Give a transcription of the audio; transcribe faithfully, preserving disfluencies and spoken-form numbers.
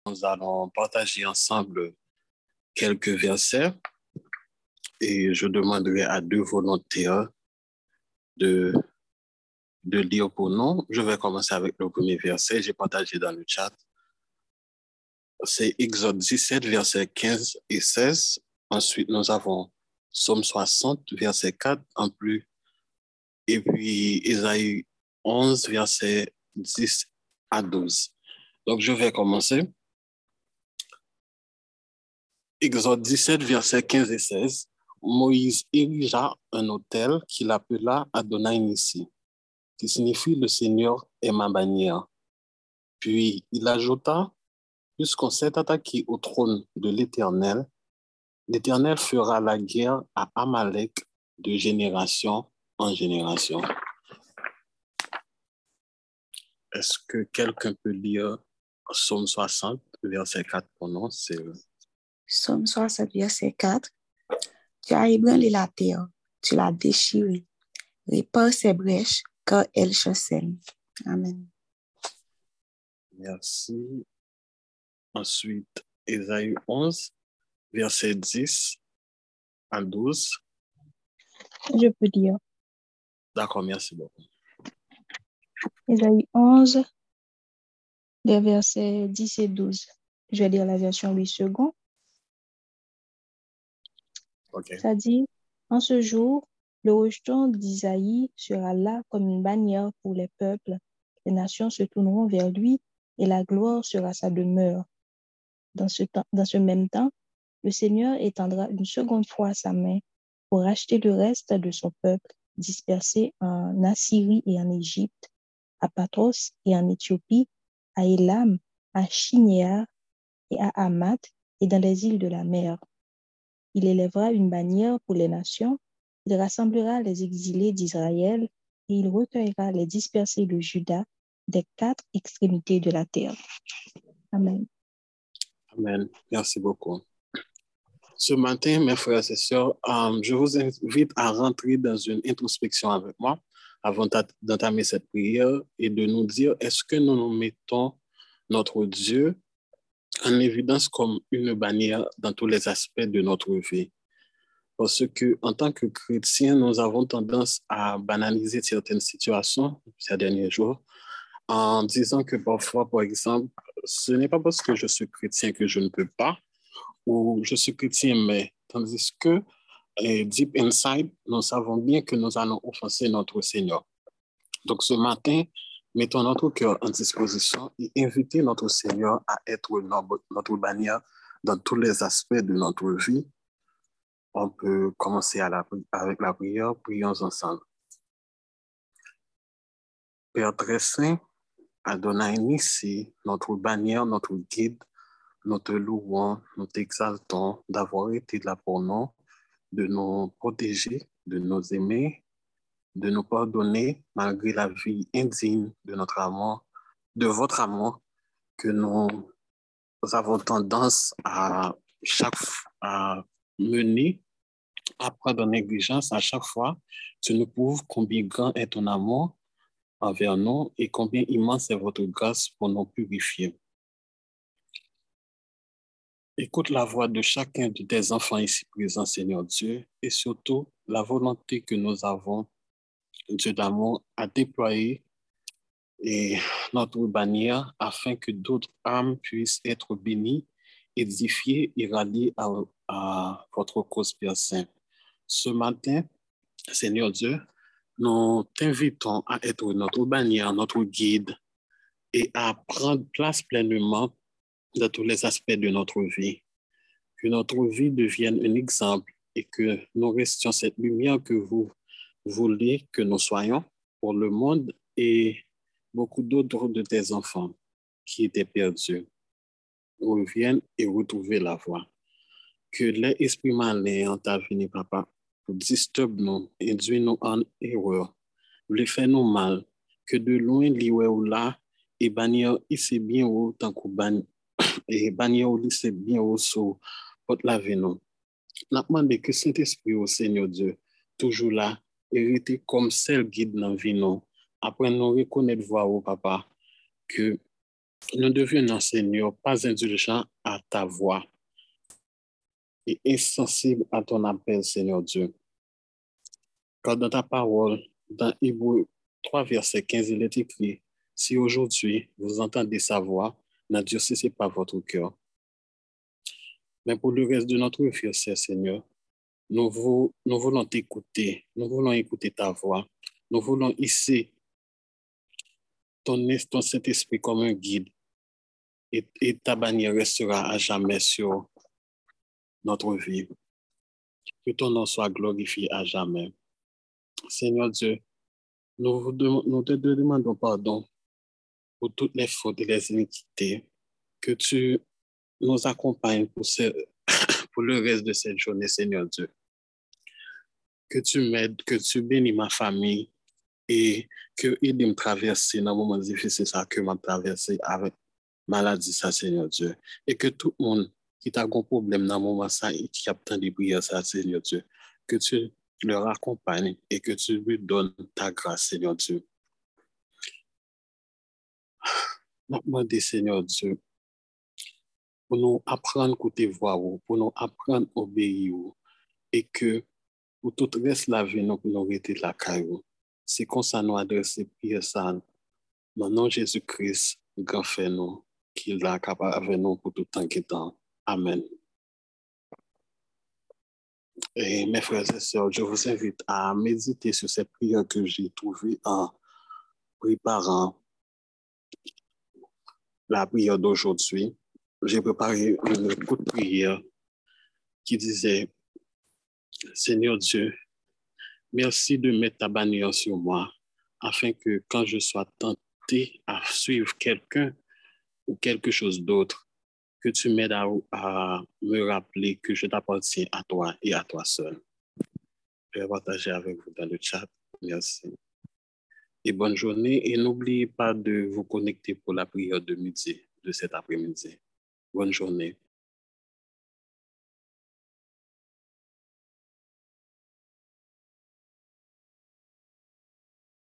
nous allons partager ensemble quelques versets et je demanderai à deux volontaires de, de lire pour nous. Je vais commencer avec le premier verset. J'ai partagé dans le chat. C'est Exode dix-sept, versets quinze et seize. Ensuite, nous avons Psaume soixante, verset quatre en plus. Et puis, Ésaïe onze, versets dix à douze. Donc, je vais commencer. Exode dix-sept, versets quinze et seize. Moïse érigea un autel qu'il appela Adonai Nissi, qui signifie le Seigneur est ma bannière. Puis il ajouta, puisqu'on s'est attaqué au trône de l'Éternel, l'Éternel fera la guerre à Amalek de génération en génération. Est-ce que quelqu'un peut lire Psaume soixante, verset quatre pour nous? C'est... Psaume soixante, verset quatre. Tu as ébranlé la terre, tu l'as déchirée. Répare ses brèches, car elle chancelle. Amen. Merci. Ensuite, Ésaïe onze, verset dix à douze. Je peux dire. D'accord, merci beaucoup. Ésaïe onze, les versets dix et douze. Je vais lire la version huit secondes. Okay. Ça dit, en ce jour, le rejeton d'Isaïe sera là comme une bannière pour les peuples. Les nations se tourneront vers lui et la gloire sera sa demeure. Dans ce temps, dans ce même temps, le Seigneur étendra une seconde fois sa main pour racheter le reste de son peuple dispersé en Assyrie et en Égypte, à Pathros et en Éthiopie, à Élam, à Shinéar et à Hamath et dans les îles de la mer. Il élèvera une bannière pour les nations, il rassemblera les exilés d'Israël et il recueillera les dispersés de Juda des quatre extrémités de la terre. Amen. Amen. Merci beaucoup. Ce matin, mes frères et sœurs, euh, je vous invite à rentrer dans une introspection avec moi avant d'entamer cette prière et de nous dire, est-ce que nous nous mettons notre Dieu en évidence comme une bannière dans tous les aspects de notre vie? Parce que en tant que chrétiens, nous avons tendance à banaliser certaines situations ces derniers jours en disant que parfois, par exemple, ce n'est pas parce que je suis chrétien que je ne peux pas, ou je suis chrétien, mais tandis que eh, deep inside, nous savons bien que nous allons offenser notre Seigneur. Donc ce matin, mettons notre cœur en disposition et invitons notre Seigneur à être notre, notre bannière dans tous les aspects de notre vie. On peut commencer à la, avec la prière, prions ensemble. Père très saint, Adonai Nissi, notre bannière, notre guide, nous te louons, nous t'exaltons d'avoir été là pour nous, de nous protéger, de nous aimer, de nous pardonner malgré la vie indigne de notre amour, de votre amour, que nous avons tendance à, chaque, à mener, à prendre en négligence à chaque fois. Tu nous prouves combien grand est ton amour envers nous et combien immense est votre grâce pour nous purifier. Écoute la voix de chacun de tes enfants ici présents, Seigneur Dieu, et surtout la volonté que nous avons, Dieu d'amour, à déployer et notre bannière afin que d'autres âmes puissent être bénies, édifiées et ralliées à, à votre cause, Père Saint. Ce matin, Seigneur Dieu, nous t'invitons à être notre bannière, notre guide et à prendre place pleinement dans tous les aspects de notre vie. Que notre vie devienne un exemple et que nous restions cette lumière que vous voulez que nous soyons pour le monde et beaucoup d'autres de tes enfants qui étaient perdus reviennent et retrouvent la voie. Que les esprits malins ont à venir, papa, pour disturber nous, induire nous en erreur, les faire nous mal, que de loin, liwe ou là, et bannir ici bien haut, tant qu'on ban, et bannir ou ici bien haut, sous porte la vie nous. Nous demandons que Saint-Esprit au Seigneur Dieu, toujours là, hérité comme seul guide dans la vie nous. Après nous reconnaître voix au papa, que nous devenons, Seigneur, pas indulgents à ta voix et insensibles à ton appel, Seigneur Dieu. Car dans ta parole, dans Hébreux trois, verset quinze, il est écrit, « Si aujourd'hui vous entendez sa voix, n'endurcissez pas votre cœur. » Mais pour le reste de notre vie, Seigneur, nous, vous, nous voulons t'écouter, nous voulons écouter ta voix, nous voulons ici ton, ton Saint-Esprit comme un guide et, et ta bannière restera à jamais sur notre vie. Que ton nom soit glorifié à jamais. Seigneur Dieu, nous, vous, nous te demandons pardon pour toutes les fautes et les iniquités, que tu nous accompagnes pour, ce, pour le reste de cette journée, Seigneur Dieu. Que tu m'aides, que tu bénis ma famille et que aide me traverser dans les moments difficiles ça que m'a traversé avec maladie ça, Seigneur Dieu. Et que tout le monde qui a un problème dans le moment ça et qui a besoin de prières ça, Seigneur Dieu, que tu leur accompagnes et que tu lui donnes ta grâce, Seigneur Dieu. Nous demandons, Seigneur Dieu, pour nous apprendre à écouter voix, pour nous apprendre à obéir, et que pour tout le reste de la vie, nous pouvons rester la caillou. C'est comme ça nous adresser prière ça. Dans le nom de Jésus-Christ, grand fait nous, qu'il est capable avec nous pour tout temps qui est temps. Amen. Et mes frères et sœurs, je vous invite à méditer sur cette prière que j'ai trouvée en préparant la prière d'aujourd'hui. J'ai préparé une courte prière qui disait, Seigneur Dieu, merci de mettre ta bannière sur moi, afin que quand je sois tenté à suivre quelqu'un ou quelque chose d'autre, que tu m'aides à, à me rappeler que je t'appartiens à toi et à toi seul. Je vais partager avec vous dans le chat. Merci. Et bonne journée. Et n'oubliez pas de vous connecter pour la prière de midi, de cet après-midi. Bonne journée.